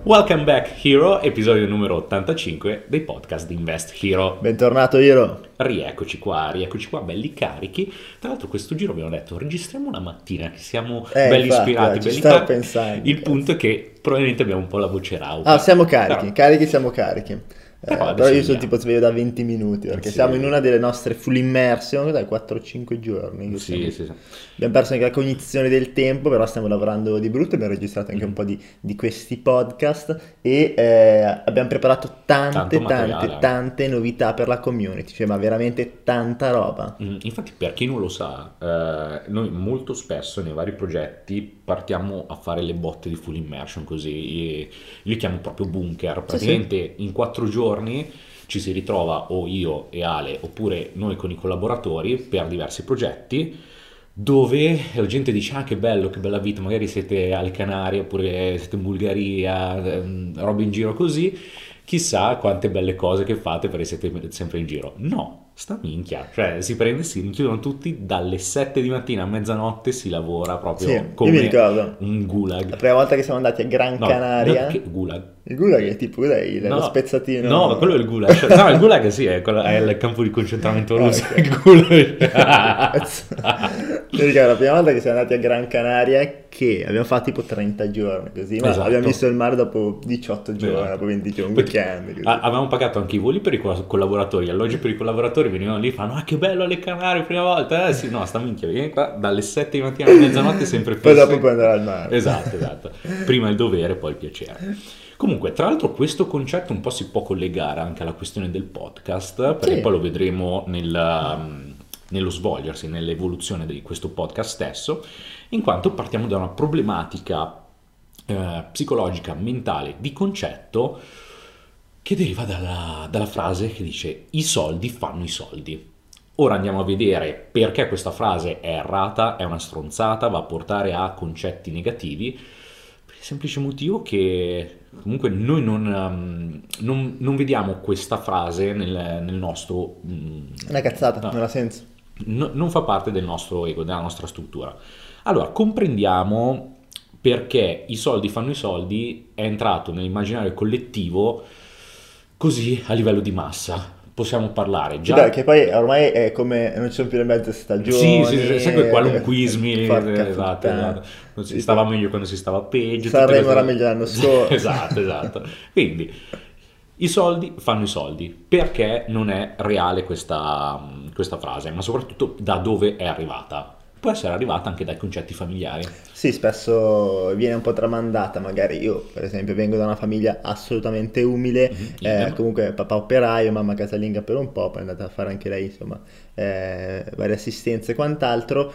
Welcome back Hero, episodio numero 85 dei podcast di Invest Hero. Bentornato Hero. Rieccoci qua belli carichi. Tra l'altro questo giro abbiamo detto registriamo una mattina che siamo belli infatti, ispirati, ci belli stavo carichi. pensando, Il punto è che probabilmente abbiamo un po' la voce rauca. Ah, siamo carichi, siamo carichi. Però Però io adesso sono tipo sveglio da 20 minuti perché Sì. siamo in una delle nostre full immersion da 4-5 giorni. che Sì. Abbiamo perso anche la cognizione del tempo, però stiamo lavorando di brutto, abbiamo registrato anche un po' di questi podcast e abbiamo preparato Tanto materiale. tante novità per la community, cioè ma veramente tanta roba. Infatti, per chi non lo sa, noi molto spesso nei vari progetti partiamo a fare le botte di full immersion così, io li chiamo proprio bunker, praticamente in 4 giorni ci si ritrova o io e Ale oppure noi con i collaboratori per diversi progetti dove la gente dice che bello, che bella vita, magari siete alle Canarie oppure siete in Bulgaria, roba in giro così, chissà quante belle cose che fate perché siete sempre in giro. No, sta minchia, cioè si rinchiudono tutti dalle 7 di mattina a mezzanotte, si lavora proprio Sì, io mi come ricordo un gulag. la prima volta che siamo andati a Gran Canaria. Che gulag? Il gulag è tipo lo spezzatino. No, ma quello è il gulag. No, il gulag sì, è il campo di concentramento russo. Ok. Il gulag. Mi ricordo la prima volta che siamo andati a Gran Canaria che abbiamo fatto tipo 30 giorni così, ma Esatto. abbiamo visto il mare dopo 18 giorni, Esatto. dopo 20 giorni, un Perché weekend. Così. avevamo pagato anche i voli per i collaboratori, alloggi per i collaboratori, venivano lì e fanno che bello alle Canarie, prima volta, sì, no, sta minchia, vieni qua dalle 7 di mattina a mezzanotte sempre Poi fissi. dopo puoi andare al mare. Esatto, prima il dovere, poi il piacere. Comunque, tra l'altro questo concetto un po' si può collegare anche alla questione del podcast, perché Sì. poi lo vedremo nello svolgersi, nell'evoluzione di questo podcast stesso, in quanto partiamo da una problematica psicologica, mentale, di concetto che deriva dalla frase che dice i soldi fanno i soldi. Ora andiamo a vedere perché questa frase è errata, è una stronzata, va a portare a concetti negativi, per il semplice motivo che comunque noi non vediamo questa frase nel nostro... Una cazzata, no, non ha senso. non fa parte del nostro ego, della nostra struttura. Allora, comprendiamo perché i soldi fanno i soldi è entrato nell'immaginario collettivo così a livello di massa. Possiamo parlare già... Dai, che poi ormai è come non ci sono più le mezze stagioni. Sì, sai quei qualunquismi, Porca esatto. puttana. Non si stava meglio quando si stava peggio. Sanremo era meglio l'anno scorso. Esatto. Quindi, i soldi fanno i soldi. Perché non è reale questa frase, ma soprattutto da dove è arrivata? Può essere arrivata anche dai concetti familiari. Sì, spesso viene un po' tramandata, magari io per esempio vengo da una famiglia assolutamente umile, idem. comunque papà operaio, mamma casalinga per un po', poi è andata a fare anche lei insomma varie assistenze e quant'altro,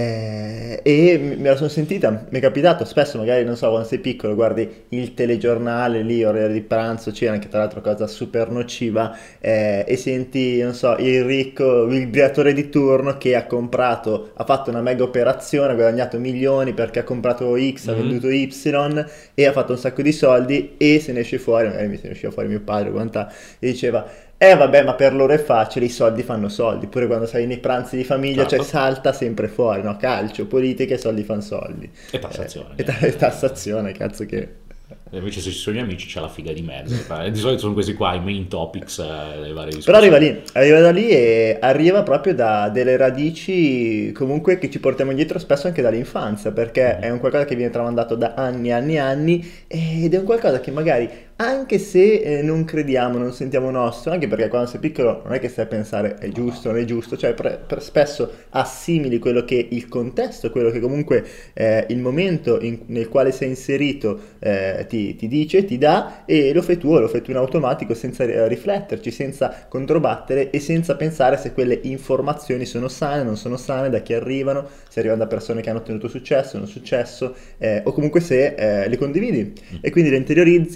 e me la sono sentita, mi è capitato spesso magari non so quando sei piccolo guardi il telegiornale lì, ora di pranzo, c'era anche tra l'altro cosa super nociva, e senti non so il ricco, il direttore di turno che ha fatto una mega operazione, ha guadagnato milioni perché ha comprato X, ha venduto Y e ha fatto un sacco di soldi e se ne esce fuori, magari se ne usciva fuori mio padre e diceva vabbè ma per loro è facile, i soldi fanno soldi, pure quando sei nei pranzi di famiglia Certo. cioè salta sempre fuori, no? Calcio, politica e soldi fanno soldi E tassazione. e tassazione, cazzo che... Invece se ci sono gli amici c'è la figa di mezzo. Di solito sono questi qua i main topics delle varie Però discussioni. arriva da lì e arriva proprio da delle radici comunque che ci portiamo indietro spesso anche dall'infanzia, perché è un qualcosa che viene tramandato da anni e anni ed è un qualcosa che magari anche se non crediamo, non sentiamo nostro, anche perché quando sei piccolo non è che stai a pensare è giusto, non è giusto, cioè spesso assimili quello che il contesto, quello che comunque il momento nel quale sei inserito ti dice, ti dà e lo fai in automatico senza rifletterci, senza controbattere e senza pensare se quelle informazioni sono sane, non sono sane, da chi arrivano, se arrivano da persone che hanno ottenuto successo, non successo, o comunque se le condividi e quindi le interiorizzi e in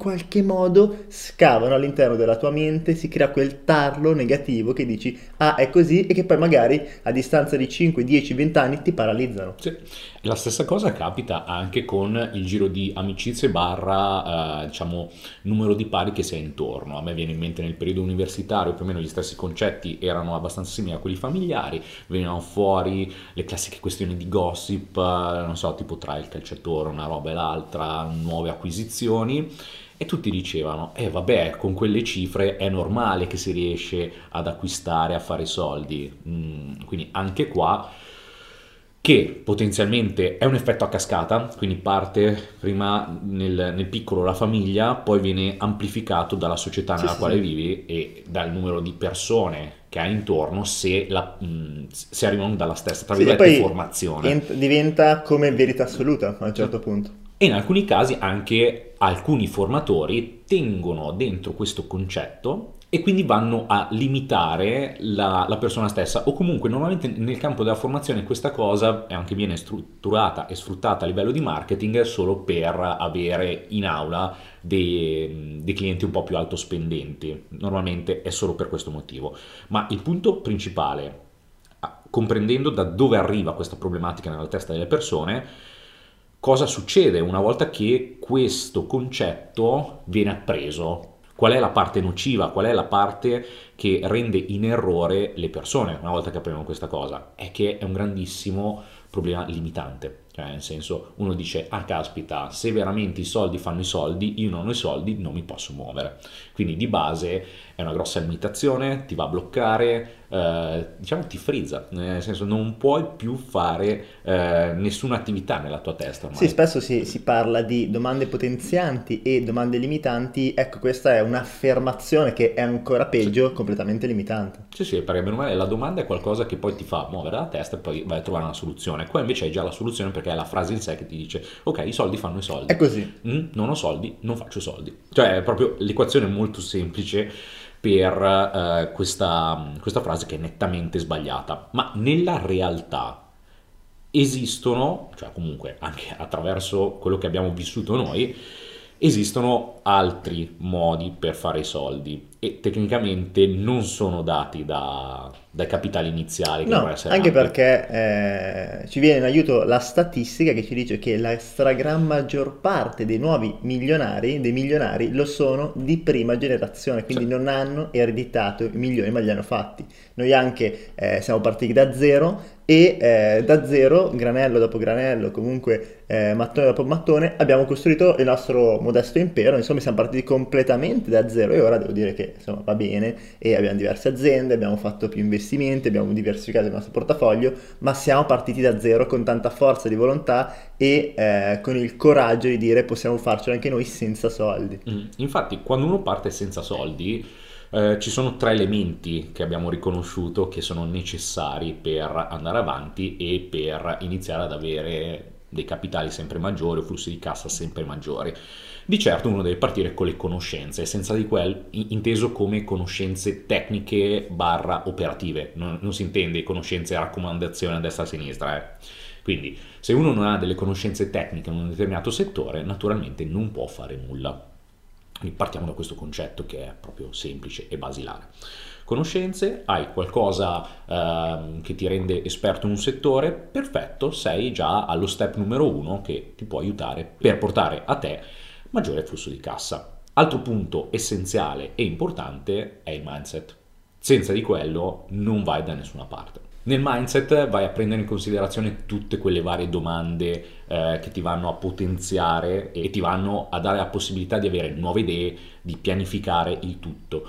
qualche modo scavano all'interno della tua mente, si crea quel tarlo negativo che dici, ah, è così, e che poi magari a distanza di 5, 10, 20 anni ti paralizzano. Sì. La stessa cosa capita anche con il giro di amicizie barra, diciamo, numero di pari che si ha intorno. A me viene in mente nel periodo universitario più o meno gli stessi concetti erano abbastanza simili a quelli familiari, venivano fuori le classiche questioni di gossip, non so, tipo tra il calciatore, una roba e l'altra, nuove acquisizioni. E tutti dicevano, vabbè, con quelle cifre è normale che si riesce ad acquistare, a fare soldi. Quindi anche qua, che potenzialmente è un effetto a cascata, quindi parte prima nel piccolo la famiglia, poi viene amplificato dalla società Sì, nella sì, quale sì. vivi e dal numero di persone che hai intorno se arrivano dalla stessa, tra Sì, e virgolette, poi formazione. diventa come verità assoluta a un Sì. certo punto. E in alcuni casi anche alcuni formatori tengono dentro questo concetto e quindi vanno a limitare la persona stessa, o comunque normalmente nel campo della formazione questa cosa anche viene strutturata e sfruttata a livello di marketing solo per avere in aula dei clienti un po' più alto spendenti. Normalmente è solo per questo motivo. Ma il punto principale, comprendendo da dove arriva questa problematica nella testa delle persone, cosa succede una volta che questo concetto viene appreso? Qual è la parte nociva? Qual è la parte che rende in errore le persone una volta che apprendono questa cosa? È che è un grandissimo problema limitante. Cioè, nel senso, uno dice, ah caspita, se veramente i soldi fanno i soldi, io non ho i soldi, non mi posso muovere. Quindi di base è una grossa limitazione, ti va a bloccare, diciamo ti frizza, nel senso non puoi più fare nessuna attività nella tua testa Sì, ormai. spesso si parla di domande potenzianti e domande limitanti. Ecco, questa è un'affermazione che è ancora Sì. peggio, completamente limitante. Sì, sì, perché bene o male la domanda è qualcosa che poi ti fa muovere la testa e poi vai a trovare una soluzione. Qua invece hai già la soluzione perché è la frase in sé che ti dice, ok, i soldi fanno i È soldi. così. Non ho soldi, non faccio soldi. Cioè è proprio l'equazione molto semplice per questa frase che è nettamente sbagliata. Ma nella realtà esistono, cioè comunque anche attraverso quello che abbiamo vissuto noi, esistono altri modi per fare i soldi e tecnicamente non sono dati dai capitali iniziali che devono No, essere anche ampi. perché ci viene in aiuto la statistica che ci dice che la stragrande maggior parte dei nuovi milionari, dei milionari, lo sono di prima generazione, Sì. quindi non hanno ereditato i milioni, ma li hanno fatti. Noi anche siamo partiti da zero e da zero, granello dopo granello, comunque mattone dopo mattone, abbiamo costruito il nostro modesto impero. Insomma, siamo partiti completamente da zero e ora devo dire che insomma va bene e abbiamo diverse aziende, abbiamo fatto più investimenti, abbiamo diversificato il nostro portafoglio, ma siamo partiti da zero con tanta forza di volontà e con il coraggio di dire possiamo farcelo anche noi senza soldi. Infatti, quando uno parte senza soldi, ci sono tre elementi che abbiamo riconosciuto che sono necessari per andare avanti e per iniziare ad avere dei capitali sempre maggiori o flussi di cassa sempre maggiori. Di certo uno deve partire con le conoscenze, senza di quel inteso come conoscenze tecniche barra operative, non si intende conoscenze e raccomandazioni a destra e a sinistra. Quindi se uno non ha delle conoscenze tecniche in un determinato settore, naturalmente non può fare nulla. Quindi partiamo da questo concetto che è proprio semplice e basilare. Conoscenze, hai qualcosa che ti rende esperto in un settore, perfetto, sei già allo step numero uno che ti può aiutare per portare a te maggiore flusso di cassa. Altro punto essenziale e importante è il mindset. Senza di quello non vai da nessuna parte. Nel mindset vai a prendere in considerazione tutte quelle varie domande che ti vanno a potenziare e ti vanno a dare la possibilità di avere nuove idee, di pianificare il tutto.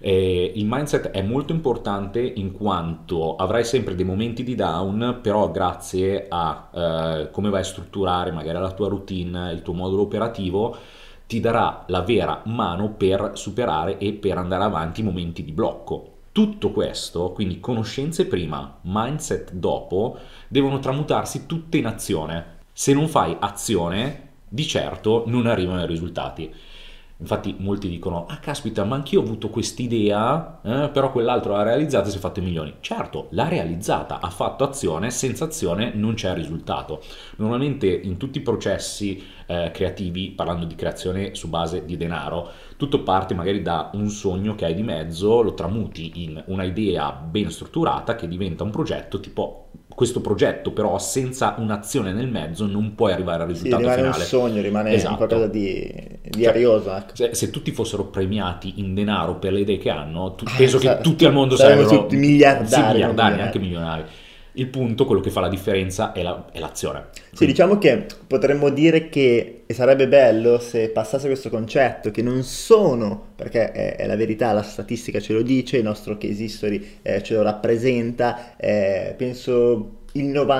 Il mindset è molto importante in quanto avrai sempre dei momenti di down, però grazie a come vai a strutturare magari la tua routine, il tuo modulo operativo, ti darà la vera mano per superare e per andare avanti i momenti di blocco. Tutto questo, quindi conoscenze prima, mindset dopo, devono tramutarsi tutte in azione. Se non fai azione, di certo non arrivano ai risultati. Infatti molti dicono, ah caspita, ma anch'io ho avuto quest'idea, però quell'altro l'ha realizzata e si è fatto i milioni. Certo, l'ha realizzata, ha fatto azione, senza azione non c'è risultato. Normalmente in tutti i processi creativi, parlando di creazione su base di denaro, tutto parte magari da un sogno che hai di mezzo, lo tramuti in una idea ben strutturata che diventa un progetto, tipo questo progetto però senza un'azione nel mezzo non puoi arrivare al Sì, risultato rimane un finale. sogno, rimane un qualcosa Esatto. di Cioè, arioso, ecco. se tutti fossero premiati in denaro per le idee che hanno, penso che tutti al mondo Saremmo sarebbero tutti sì, miliardari, non miliardari, anche milionari. milionari. Il punto, quello che fa la differenza è l'azione. Sì, Quindi, diciamo che potremmo dire che, e sarebbe bello se passasse questo concetto, che non sono, perché è la verità, la statistica ce lo dice, il nostro case history ce lo rappresenta, penso il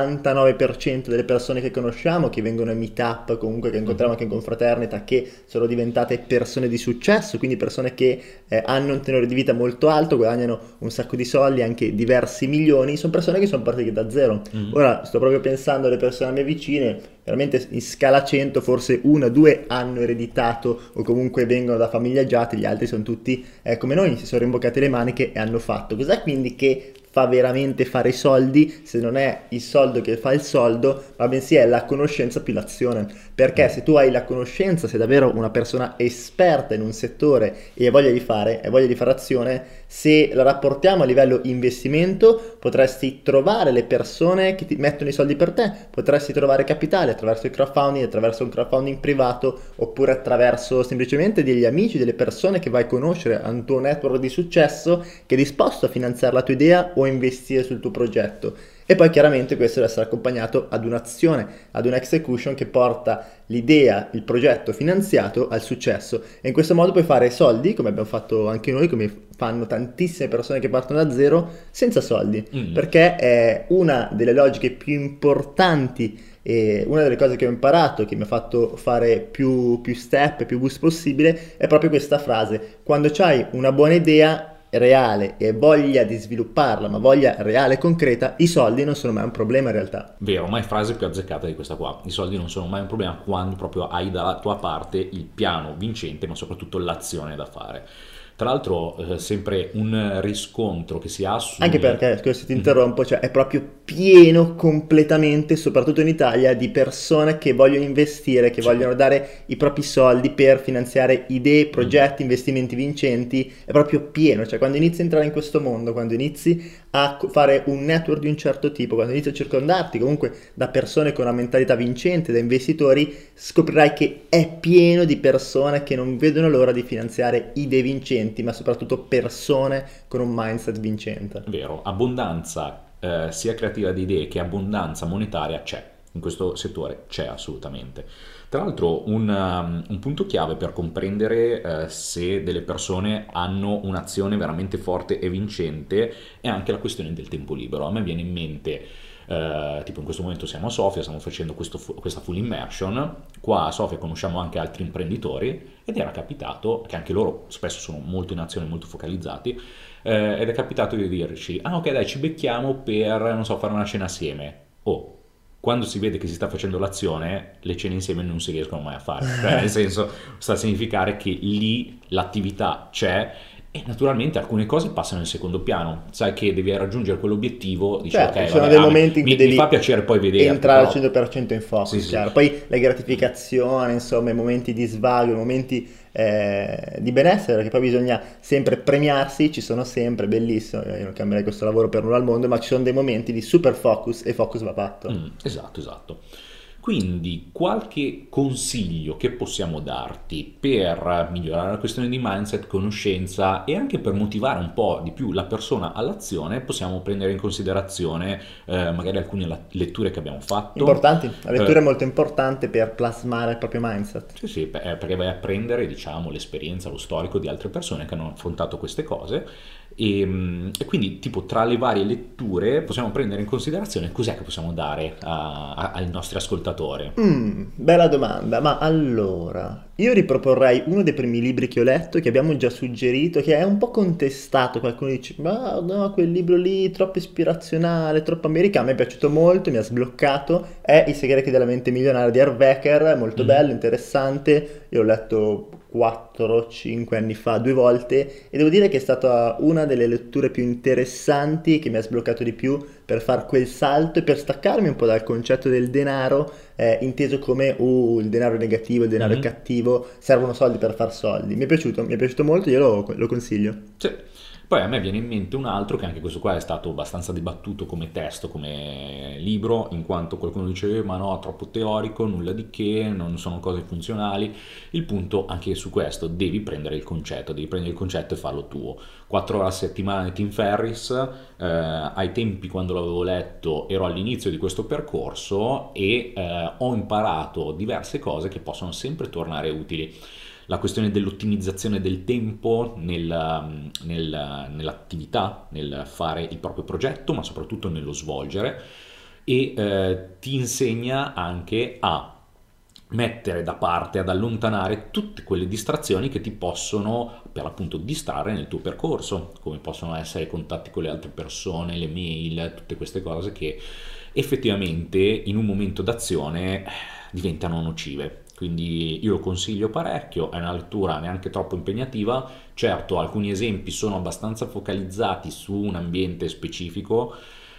99% delle persone che conosciamo, che vengono ai meetup, comunque che incontriamo anche in confraternita, che sono diventate persone di successo, quindi persone che hanno un tenore di vita molto alto, guadagnano un sacco di soldi, anche diversi milioni, sono persone che sono partite da zero. Ora sto proprio pensando alle persone a me vicine, veramente in scala 100, forse una, due hanno ereditato o comunque vengono da famiglie agiate, gli altri sono tutti come noi, si sono rimboccati le maniche e hanno fatto. Cos'è quindi che fa veramente fare i soldi, se non è il soldo che fa il soldo, ma bensì è la conoscenza più l'azione? Perché se tu hai la conoscenza, sei davvero una persona esperta in un settore e hai voglia di fare azione, se la rapportiamo a livello investimento, potresti trovare le persone che ti mettono i soldi per te, potresti trovare capitale attraverso il crowdfunding, attraverso un crowdfunding privato, oppure attraverso semplicemente degli amici, delle persone che vai a conoscere, a un tuo network di successo che è disposto a finanziare la tua idea o investire sul tuo progetto. E poi chiaramente questo deve essere accompagnato ad un'azione, ad un'execution che porta l'idea, il progetto finanziato al successo. E in questo modo puoi fare soldi, come abbiamo fatto anche noi, come fanno tantissime persone che partono da zero, senza soldi. Perché è una delle logiche più importanti e una delle cose che ho imparato, che mi ha fatto fare più step, più boost possibile, è proprio questa frase. Quando c'hai una buona idea reale e voglia di svilupparla, ma voglia reale e concreta, i soldi non sono mai un problema in realtà. vero, mai frase più azzeccata di questa qua. I soldi non sono mai un problema quando proprio hai dalla tua parte il piano vincente, ma soprattutto l'azione da fare. Tra l'altro, sempre un riscontro che si ha su... Anche perché, scusa se ti interrompo, cioè è proprio pieno completamente, soprattutto in Italia, di persone che vogliono investire, che vogliono dare i propri soldi per finanziare idee, progetti, investimenti vincenti. È proprio pieno, cioè quando inizi a entrare in questo mondo, quando inizi a fare un network di un certo tipo, quando inizi a circondarti comunque da persone con una mentalità vincente, da investitori, scoprirai che è pieno di persone che non vedono l'ora di finanziare idee vincenti, ma soprattutto persone con un mindset vincente. Vero, abbondanza sia creativa di idee che abbondanza monetaria c'è, in questo settore c'è assolutamente. Tra l'altro un punto chiave per comprendere se delle persone hanno un'azione veramente forte e vincente è anche la questione del tempo libero. A me viene in mente, tipo in questo momento siamo a Sofia, stiamo facendo questa full immersion, qua a Sofia conosciamo anche altri imprenditori ed era capitato, che anche loro spesso sono molto in azione, molto focalizzati, ed è capitato di dirci, ah ok dai ci becchiamo per, non so, fare una cena assieme. Oh, quando si vede che si sta facendo l'azione, le cene insieme non si riescono mai a fare. Cioè, nel senso, sta a significare che lì l'attività c'è e naturalmente alcune cose passano in secondo piano. Sai che devi raggiungere quell'obiettivo, dici Certo, ok, ci sono vabbè, dei momenti in cui mi devi fa piacere poi vederti, entrare al però... 100% in focus, Sì, sì. chiaro. Poi la gratificazione, insomma, i momenti di svago, i momenti di benessere, che poi bisogna sempre premiarsi, ci sono sempre, bellissimo, io non cambierei questo lavoro per nulla al mondo, ma ci sono dei momenti di super focus e focus va fatto. Esatto, esatto. Quindi qualche consiglio che possiamo darti per migliorare la questione di mindset, conoscenza e anche per motivare un po' di più la persona all'azione, possiamo prendere in considerazione magari alcune letture che abbiamo fatto. Importanti, la lettura è molto importante per plasmare il proprio mindset. Sì, sì, perché vai a prendere, diciamo, l'esperienza, lo storico di altre persone che hanno affrontato queste cose e quindi, tipo, tra le varie letture possiamo prendere in considerazione cos'è che possiamo dare ai nostri ascoltatori. Bella domanda, ma allora, Io riproporrei uno dei primi libri che ho letto, che abbiamo già suggerito, che è un po' contestato. Qualcuno dice, ma no, quel libro lì troppo ispirazionale, troppo americano. Mi è piaciuto molto, mi ha sbloccato. È I segreti della mente milionaria di Harvecker, molto bello, interessante. Io l'ho letto 4-5 anni fa, 2 volte, e devo dire che è stata una delle letture più interessanti, che mi ha sbloccato di più per far quel salto e per staccarmi un po' dal concetto del denaro, inteso come il denaro è negativo, il denaro è Mhm. cattivo, servono soldi per far soldi. Mi è piaciuto molto, io lo consiglio. Sì. Poi a me viene in mente un altro che anche questo qua è stato abbastanza dibattuto come testo, come libro, in quanto qualcuno dice ma no, troppo teorico, nulla di che, non sono cose funzionali. Il punto anche su questo, devi prendere il concetto e farlo tuo. 4 ore a settimana di Tim Ferriss, ai tempi quando l'avevo letto ero all'inizio di questo percorso e ho imparato diverse cose che possono sempre tornare utili. La questione dell'ottimizzazione del tempo nell'attività, nel fare il proprio progetto, ma soprattutto nello svolgere, e ti insegna anche a mettere da parte, ad allontanare tutte quelle distrazioni che ti possono per l'appunto distrarre nel tuo percorso, come possono essere i contatti con le altre persone, le mail, tutte queste cose che effettivamente in un momento d'azione diventano nocive. Quindi io lo consiglio parecchio, è una lettura neanche troppo impegnativa, certo alcuni esempi sono abbastanza focalizzati su un ambiente specifico,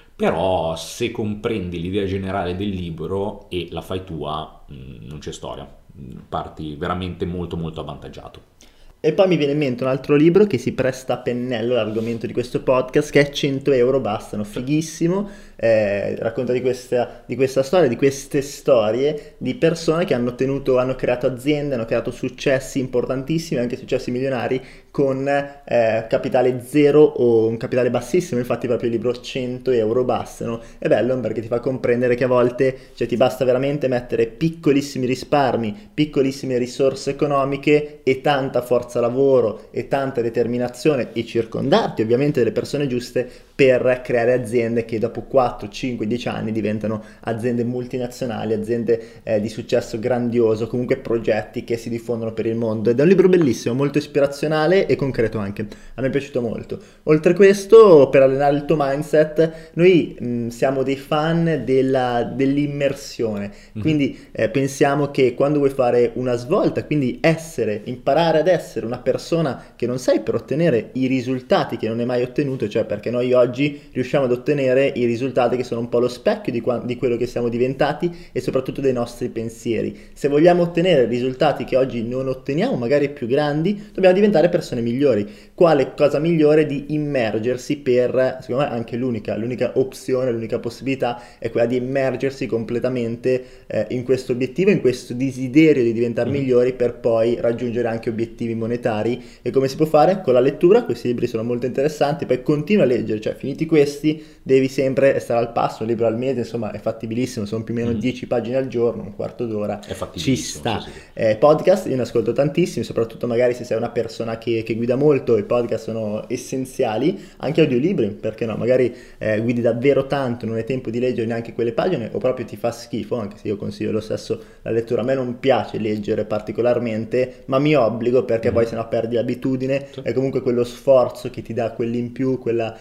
però se comprendi l'idea generale del libro e la fai tua, non c'è storia, parti veramente molto molto avvantaggiato. E poi mi viene in mente un altro libro che si presta a pennello all'argomento di questo podcast, che è 100 euro bastano, fighissimo, racconta di questa storia, di queste storie di persone che hanno creato aziende, hanno creato successi importantissimi, anche successi milionari, con capitale zero o un capitale bassissimo. Infatti proprio il libro 100 euro bastano è bello perché ti fa comprendere che a volte, cioè, ti basta veramente mettere piccolissimi risparmi, piccolissime risorse economiche e tanta forza lavoro e tanta determinazione, e circondarti ovviamente delle persone giuste per creare aziende che dopo 4, 5, 10 anni diventano aziende multinazionali, aziende di successo grandioso, comunque progetti che si diffondono per il mondo. Ed è un libro bellissimo, molto ispirazionale e concreto anche. A me è piaciuto molto. Oltre a questo, per allenare il tuo mindset, noi siamo dei fan dell'immersione, quindi pensiamo che quando vuoi fare una svolta, quindi imparare ad essere una persona che non sei per ottenere i risultati che non hai mai ottenuto, cioè perché noi oggi riusciamo ad ottenere i risultati che sono un po' lo specchio di quello che siamo diventati e soprattutto dei nostri pensieri. Se vogliamo ottenere risultati che oggi non otteniamo, magari più grandi, dobbiamo diventare persone migliori. Quale cosa migliore di immergersi secondo me anche l'unica opzione, l'unica possibilità è quella di immergersi completamente in questo obiettivo, in questo desiderio di diventare migliori per poi raggiungere anche obiettivi monetari. E come si può fare? Con la lettura. Questi libri sono molto interessanti, poi continua a leggere, cioè finiti questi devi sempre stare al passo, un libro al mese, insomma è fattibilissimo, sono più o meno 10 pagine al giorno, un quarto d'ora, È ci fattibilissimo, sta. sì, sì, sì. Podcast io ne ascolto tantissimi, soprattutto magari se sei una persona che guida molto, i podcast sono essenziali, anche audiolibri, perché no, magari guidi davvero tanto, non hai tempo di leggere neanche quelle pagine o proprio ti fa schifo, anche se io consiglio lo stesso la lettura. A me non piace leggere particolarmente, ma mi obbligo perché poi sennò perdi l'abitudine, Sì. è comunque quello sforzo che ti dà quell'in più, quella...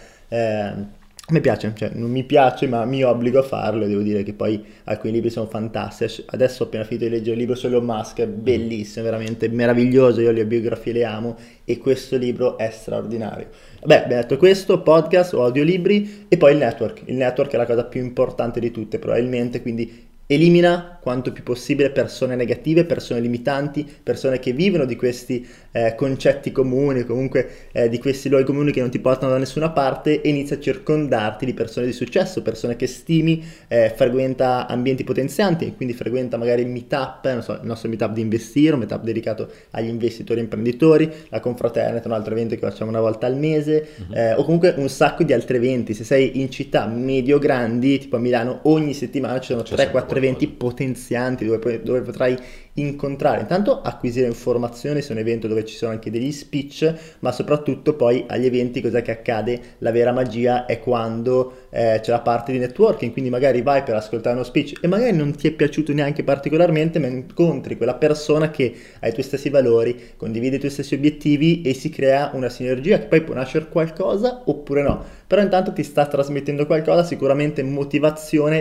mi piace, cioè non mi piace ma mi obbligo a farlo, e devo dire che poi alcuni libri sono fantastici. Adesso ho appena finito di leggere il libro su Elon Musk, è bellissimo, veramente meraviglioso, io le biografie le amo e questo libro è straordinario. Beh, abbiamo detto questo, podcast o audiolibri, e poi il network. Il network è la cosa più importante di tutte probabilmente, quindi elimina quanto più possibile persone negative, persone limitanti, persone che vivono di questi concetti comuni, comunque di questi luoghi comuni che non ti portano da nessuna parte, e inizia a circondarti di persone di successo, persone che stimi, frequenta ambienti potenzianti, quindi frequenta magari il meetup, non so, il nostro meetup di Investire, un meetup dedicato agli investitori e imprenditori, la Confraternita, un altro evento che facciamo una volta al mese, o comunque un sacco di altri eventi. Se sei in città medio-grandi, tipo a Milano, ogni settimana ci sono C'è 3-4 altri eventi potenzianti dove potrai incontrare, intanto acquisire informazioni su un evento dove ci sono anche degli speech, ma soprattutto poi agli eventi cos'è che accade? La vera magia è quando c'è la parte di networking, quindi magari vai per ascoltare uno speech e magari non ti è piaciuto neanche particolarmente, ma incontri quella persona che ha i tuoi stessi valori, condivide i tuoi stessi obiettivi e si crea una sinergia che poi può nascere qualcosa oppure no, però intanto ti sta trasmettendo qualcosa, sicuramente motivazione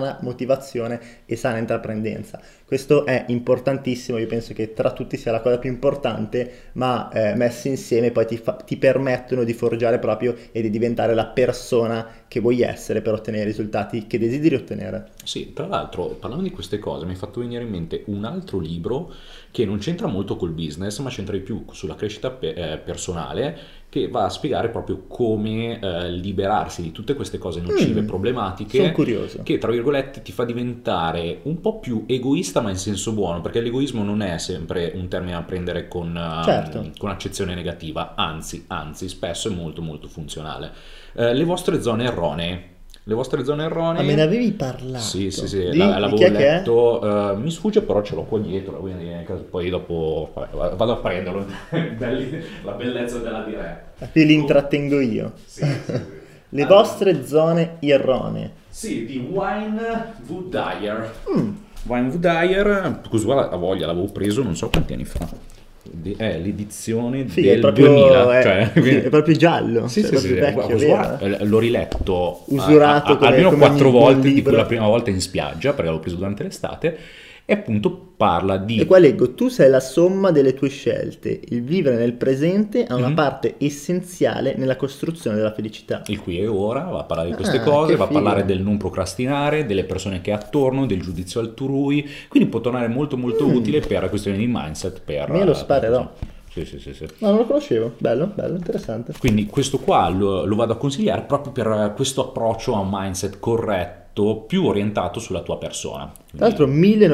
e sana intraprendenza. Questo è importantissimo, io penso che tra tutti sia la cosa più importante, ma messi insieme poi ti permettono di forgiare proprio e di diventare la persona che vuoi essere per ottenere i risultati che desideri ottenere. Sì, tra l'altro, parlando di queste cose, mi è fatto venire in mente un altro libro che non c'entra molto col business, ma c'entra di più sulla crescita personale, che va a spiegare proprio come liberarsi di tutte queste cose nocive, problematiche, sono curioso. che tra virgolette ti fa diventare un po' più egoista, ma in senso buono, perché l'egoismo non è sempre un termine da prendere Certo. con accezione negativa, anzi, spesso è molto molto funzionale. Le vostre zone erronee. Le vostre zone erronee. Ma me ne avevi parlato? Sì, Di l'avevo chi è che è? letto, mi sfugge però ce l'ho qua dietro, quindi poi dopo vabbè, vado a prenderlo, la bellezza della diretta. Qui li intrattengo io. Sì, sì, sì. Le vostre zone erronee. Sì, di Wayne Wood Dyer. Wayne Wood Dyer, così a voglia, l'avevo preso non so quanti anni fa. È l'edizione Sì, del è proprio, 2000, è proprio giallo, sì, cioè, sì, è proprio sì, vecchio, vero? l'ho riletto Usurato almeno come 4 ogni buon volte, di libro. cui la prima volta in spiaggia, perché l'avevo preso durante l'estate, e appunto parla di... E qua leggo, tu sei la somma delle tue scelte, il vivere nel presente ha una parte essenziale nella costruzione della felicità. Il qui e ora, va a parlare di queste Ah, cose, che va a parlare figo. del non procrastinare, delle persone che hai attorno, del giudizio altrui, quindi può tornare molto molto utile per questioni di mindset, Me lo sparerò. Sì. No, non lo conoscevo, bello, interessante. Quindi questo qua lo vado a consigliare proprio per questo approccio a un mindset corretto, più orientato sulla tua persona. Tra l'altro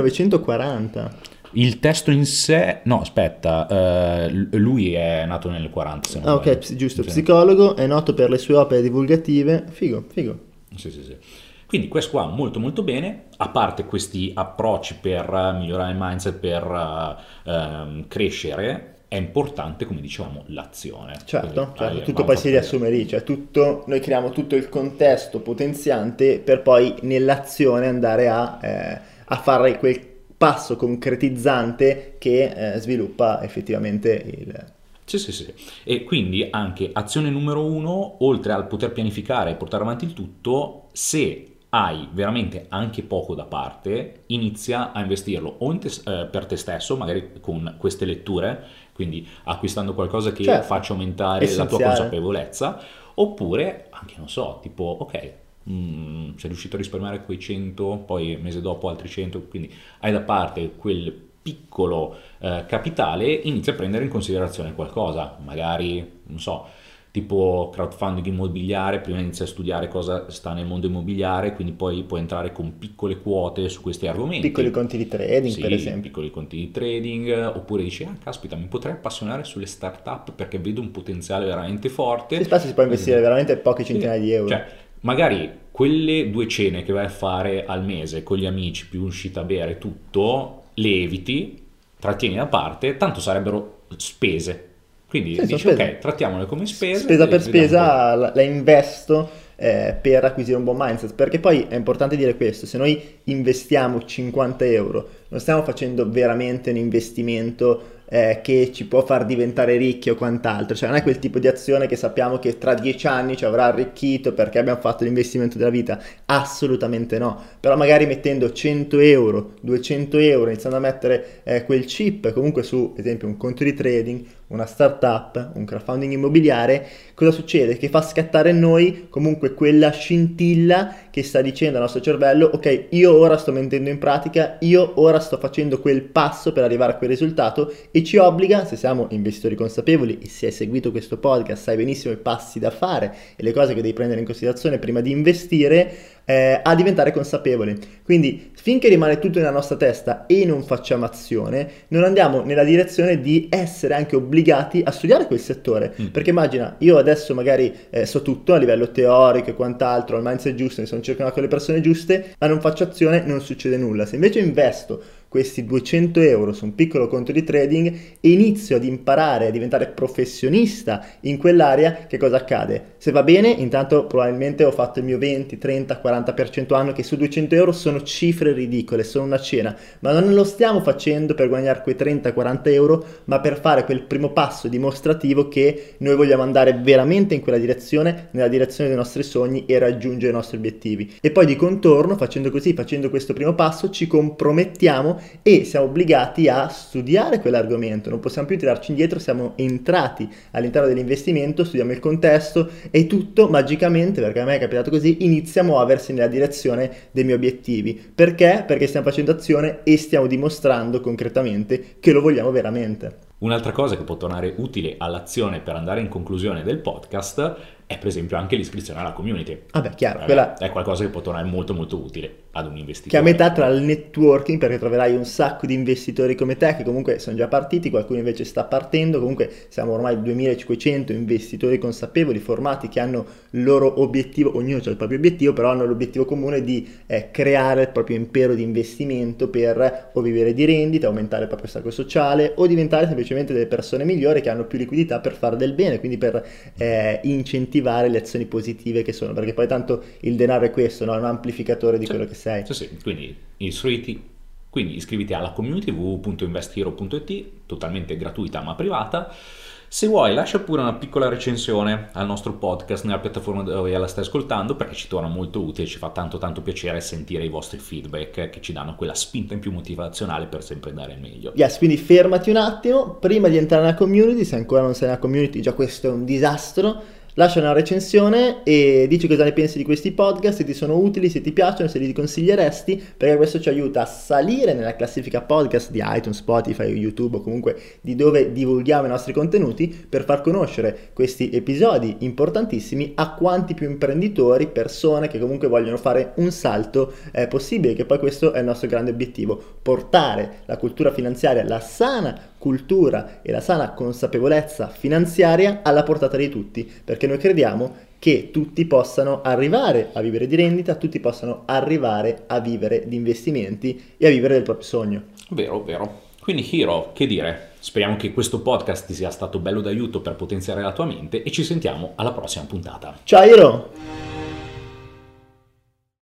1940. Il testo in sé, no aspetta, lui è nato nel 40 se non Ah, ok, sbaglio. giusto, Sì. psicologo, è noto per le sue opere divulgative. Figo. Sì. Quindi questo qua molto molto bene, a parte questi approcci per migliorare il mindset, per crescere, è importante, come dicevamo, l'azione. Certo, Quindi, tutto poi si riassume lì, cioè tutto, noi creiamo tutto il contesto potenziante per poi nell'azione andare a fare quel passo concretizzante che sviluppa effettivamente il... Sì. E quindi anche azione numero 1, oltre al poter pianificare e portare avanti il tutto, se hai veramente anche poco da parte, inizia a investirlo o per te stesso, magari con queste letture, quindi acquistando qualcosa che Certo, faccia aumentare la tua essenziale. consapevolezza, oppure anche, non so, tipo, ok, sei riuscito a risparmiare quei 100, poi il mese dopo altri 100, quindi hai da parte quel piccolo capitale, inizia a prendere in considerazione qualcosa, magari, non so, tipo crowdfunding immobiliare, prima inizi a studiare cosa sta nel mondo immobiliare, quindi poi puoi entrare con piccole quote su questi argomenti. Piccoli conti di trading, Sì, per esempio. piccoli conti di trading, oppure dici, ah caspita, mi potrei appassionare sulle startup perché vedo un potenziale veramente forte. Sì, spesso si può investire veramente poche centinaia di euro. Cioè, magari quelle 2 cene che vai a fare al mese con gli amici, più uscita a bere, tutto, le eviti, trattieni da parte, tanto sarebbero spese. Quindi Sì, dici, sono spese. ok, trattiamole come spese. Spesa e per vediamo spesa la investo per acquisire un buon mindset, perché poi è importante dire questo, se noi investiamo 50 euro, non stiamo facendo veramente un investimento che ci può far diventare ricchi o quant'altro, cioè non è quel tipo di azione che sappiamo che tra 10 anni ci avrà arricchito perché abbiamo fatto l'investimento della vita, assolutamente no, però magari mettendo 100 euro, 200 euro, iniziando a mettere quel chip comunque su, ad esempio, un conto di trading, una startup, un crowdfunding immobiliare, cosa succede? Che fa scattare in noi comunque quella scintilla che sta dicendo al nostro cervello, ok, io ora sto mettendo in pratica, io ora sto facendo quel passo per arrivare a quel risultato, e ci obbliga, se siamo investitori consapevoli e se hai seguito questo podcast sai benissimo i passi da fare e le cose che devi prendere in considerazione prima di investire, a diventare consapevoli. Quindi finché rimane tutto nella nostra testa e non facciamo azione, non andiamo nella direzione di essere anche obbligati a studiare quel settore. Perché immagina, io adesso magari so tutto a livello teorico e quant'altro, ho il mindset giusto, mi sono circondato con le persone giuste, ma non faccio azione, non succede nulla. Se invece investo questi 200 euro su un piccolo conto di trading e inizio ad imparare a diventare professionista in quell'area, che cosa accade? Se va bene, intanto probabilmente ho fatto il mio 20, 30, 40% anno, che su 200 euro sono cifre ridicole, sono una cena, ma non lo stiamo facendo per guadagnare quei 30-40 euro, ma per fare quel primo passo dimostrativo che noi vogliamo andare veramente in quella direzione, nella direzione dei nostri sogni e raggiungere i nostri obiettivi. E poi di contorno, facendo così, facendo questo primo passo, ci compromettiamo e siamo obbligati a studiare quell'argomento, non possiamo più tirarci indietro, siamo entrati all'interno dell'investimento, studiamo il contesto e tutto magicamente, perché a me è capitato così, inizia a muoversi nella direzione dei miei obiettivi. Perché? Perché stiamo facendo azione e stiamo dimostrando concretamente che lo vogliamo veramente. Un'altra cosa che può tornare utile all'azione per andare in conclusione del podcast è per esempio anche l'iscrizione alla community. Vabbè, chiaro, quella è qualcosa che può tornare molto molto utile ad un investitore. Che a metà tra il networking, perché troverai un sacco di investitori come te che comunque sono già partiti, qualcuno invece sta partendo, comunque siamo ormai 2500 investitori consapevoli, formati, che hanno il loro obiettivo, ognuno ha il proprio obiettivo, però hanno l'obiettivo comune di creare il proprio impero di investimento per o vivere di rendita, aumentare il proprio stacco sociale o diventare semplicemente delle persone migliori che hanno più liquidità per fare del bene, quindi per incentivare le azioni positive che sono, perché poi tanto il denaro è questo, no? È un amplificatore di quello che sei. Sì, quindi iscriviti alla community www.investhero.it, totalmente gratuita ma privata. Se vuoi lascia pure una piccola recensione al nostro podcast nella piattaforma dove la stai ascoltando, perché ci torna molto utile, ci fa tanto piacere sentire i vostri feedback che ci danno quella spinta in più motivazionale per sempre dare il meglio. Yes, quindi fermati un attimo, prima di entrare nella community, se ancora non sei nella community, già questo è un disastro, lascia una recensione e dici cosa ne pensi di questi podcast, se ti sono utili, se ti piacciono, se li consiglieresti, perché questo ci aiuta a salire nella classifica podcast di iTunes, Spotify, YouTube o comunque di dove divulghiamo i nostri contenuti, per far conoscere questi episodi importantissimi a quanti più imprenditori, persone che comunque vogliono fare un salto possibile, che poi questo è il nostro grande obiettivo, portare la cultura finanziaria, la sana cultura e la sana consapevolezza finanziaria alla portata di tutti, perché noi crediamo che tutti possano arrivare a vivere di rendita, tutti possano arrivare a vivere di investimenti e a vivere del proprio sogno. Vero. Quindi Hiro, che dire? Speriamo che questo podcast ti sia stato bello d'aiuto per potenziare la tua mente e ci sentiamo alla prossima puntata. Ciao Hiro!